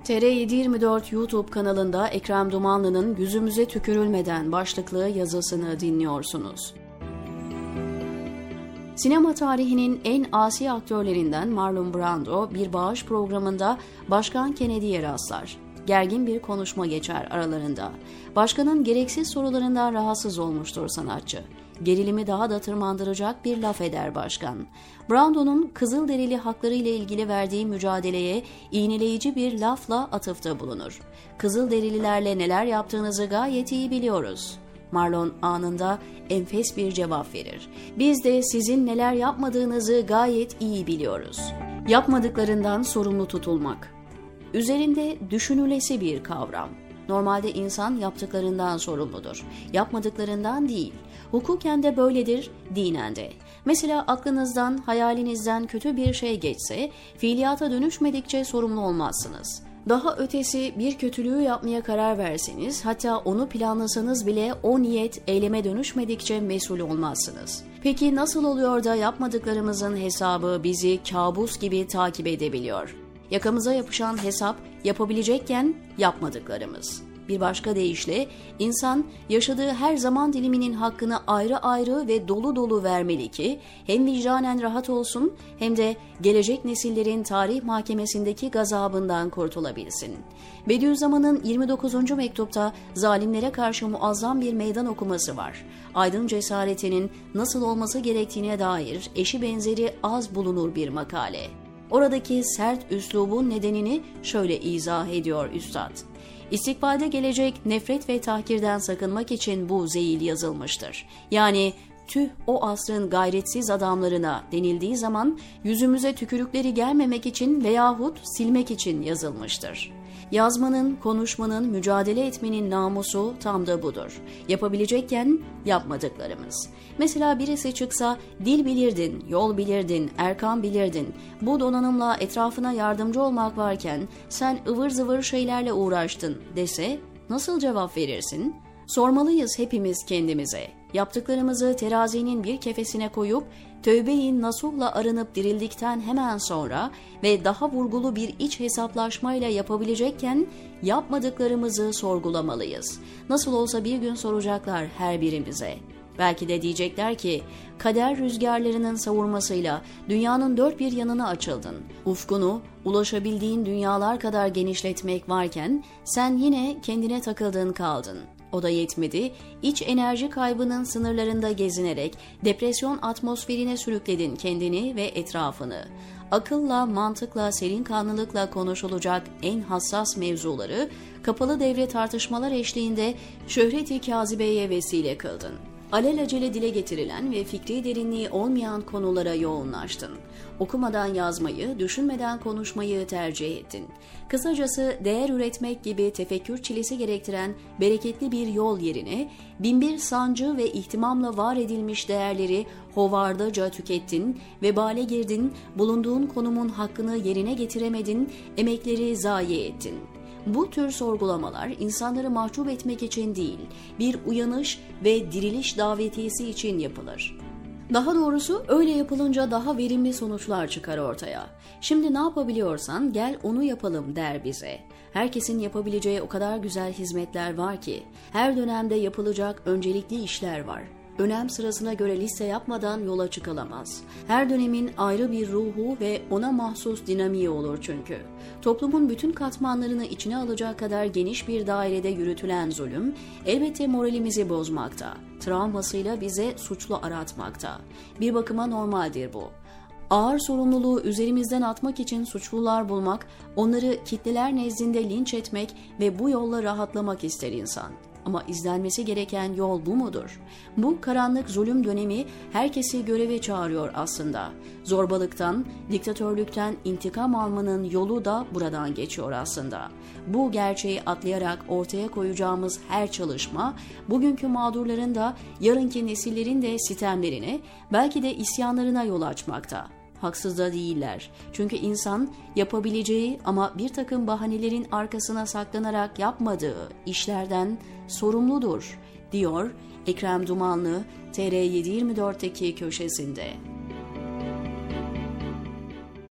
TR724 YouTube kanalında Ekrem Dumanlı'nın "Yüzümüze tükürülmeden" başlıklı yazısını dinliyorsunuz. Sinema tarihinin en asi aktörlerinden Marlon Brando bir bağış programında Başkan Kennedy'ye rastlar. Gergin bir konuşma geçer aralarında. Başkanın gereksiz sorularından rahatsız olmuştur sanatçı. Gerilimi daha da tırmandıracak bir laf eder başkan. Brando'nun Kızılderili hakları ile ilgili verdiği mücadeleye iğneleyici bir lafla atıfta bulunur. Kızılderililerle neler yaptığınızı gayet iyi biliyoruz. Marlon anında enfes bir cevap verir. Biz de sizin neler yapmadığınızı gayet iyi biliyoruz. Yapmadıklarından sorumlu tutulmak. Üzerinde düşünülesi bir kavram. Normalde insan yaptıklarından sorumludur. Yapmadıklarından değil. Hukuken de böyledir, dinen de. Mesela aklınızdan, hayalinizden kötü bir şey geçse, fiiliyata dönüşmedikçe sorumlu olmazsınız. Daha ötesi bir kötülüğü yapmaya karar verseniz, hatta onu planlasanız bile o niyet eyleme dönüşmedikçe mesul olmazsınız. Peki nasıl oluyor da yapmadıklarımızın hesabı bizi kabus gibi takip edebiliyor? Yakamıza yapışan hesap yapabilecekken yapmadıklarımız. Bir başka deyişle insan yaşadığı her zaman diliminin hakkını ayrı ayrı ve dolu dolu vermeli ki hem vicdanen rahat olsun hem de gelecek nesillerin tarih mahkemesindeki gazabından kurtulabilsin. Bediüzzaman'ın 29. mektupta zalimlere karşı muazzam bir meydan okuması var. Aydın cesaretinin nasıl olması gerektiğine dair eşi benzeri az bulunur bir makale. Oradaki sert üslubun nedenini şöyle izah ediyor üstad. İstikbalde gelecek nefret ve tahkirden sakınmak için bu zeyil yazılmıştır. Yani tüh o asrın gayretsiz adamlarına denildiği zaman yüzümüze tükürükleri gelmemek için veyahut silmek için yazılmıştır. Yazmanın, konuşmanın, mücadele etmenin namusu tam da budur. Yapabilecekken yapmadıklarımız. Mesela birisi çıksa dil bilirdin, yol bilirdin, erkan bilirdin. Bu donanımla etrafına yardımcı olmak varken sen ıvır zıvır şeylerle uğraştın dese nasıl cevap verirsin? Sormalıyız hepimiz kendimize. Yaptıklarımızı terazinin bir kefesine koyup tövbe-i nasuhla arınıp dirildikten hemen sonra ve daha vurgulu bir iç hesaplaşmayla yapabilecekken yapmadıklarımızı sorgulamalıyız. Nasıl olsa bir gün soracaklar her birimize. Belki de diyecekler ki, kader rüzgarlarının savurmasıyla dünyanın dört bir yanına açıldın. Ufkunu ulaşabildiğin dünyalar kadar genişletmek varken sen yine kendine takıldın kaldın. O da yetmedi, iç enerji kaybının sınırlarında gezinerek depresyon atmosferine sürükledin kendini ve etrafını. Akılla, mantıkla, serin kanlılıkla konuşulacak en hassas mevzuları kapalı devre tartışmalar eşliğinde şöhret-i kâzibeye vesile kıldın. Alelacele dile getirilen ve fikri derinliği olmayan konulara yoğunlaştın. Okumadan yazmayı, düşünmeden konuşmayı tercih ettin. Kısacası değer üretmek gibi tefekkür çilesi gerektiren bereketli bir yol yerine binbir sancı ve ihtimamla var edilmiş değerleri hovardaca tükettin, vebale girdin, bulunduğun konumun hakkını yerine getiremedin, emekleri zayi ettin. Bu tür sorgulamalar insanları mahcup etmek için değil, bir uyanış ve diriliş davetiyesi için yapılır. Daha doğrusu öyle yapılınca daha verimli sonuçlar çıkar ortaya. Şimdi ne yapabiliyorsan gel onu yapalım der bize. Herkesin yapabileceği o kadar güzel hizmetler var ki, her dönemde yapılacak öncelikli işler var. Önem sırasına göre liste yapmadan yola çıkılamaz. Her dönemin ayrı bir ruhu ve ona mahsus dinamiği olur çünkü. Toplumun bütün katmanlarını içine alacak kadar geniş bir dairede yürütülen zulüm, elbette moralimizi bozmakta, travmasıyla bize suçlu aratmakta. Bir bakıma normaldir bu. Ağır sorumluluğu üzerimizden atmak için suçlular bulmak, onları kitleler nezdinde linç etmek ve bu yolla rahatlamak ister insan. Ama izlenmesi gereken yol bu mudur? Bu karanlık zulüm dönemi herkesi göreve çağırıyor aslında. Zorbalıktan, diktatörlükten intikam almanın yolu da buradan geçiyor aslında. Bu gerçeği atlayarak ortaya koyacağımız her çalışma, bugünkü mağdurların da yarınki nesillerin de sitemlerine, belki de isyanlarına yol açmakta. Haksız da değiller. Çünkü insan yapabileceği ama bir takım bahanelerin arkasına saklanarak yapmadığı işlerden sorumludur, diyor Ekrem Dumanlı TR724'teki köşesinde.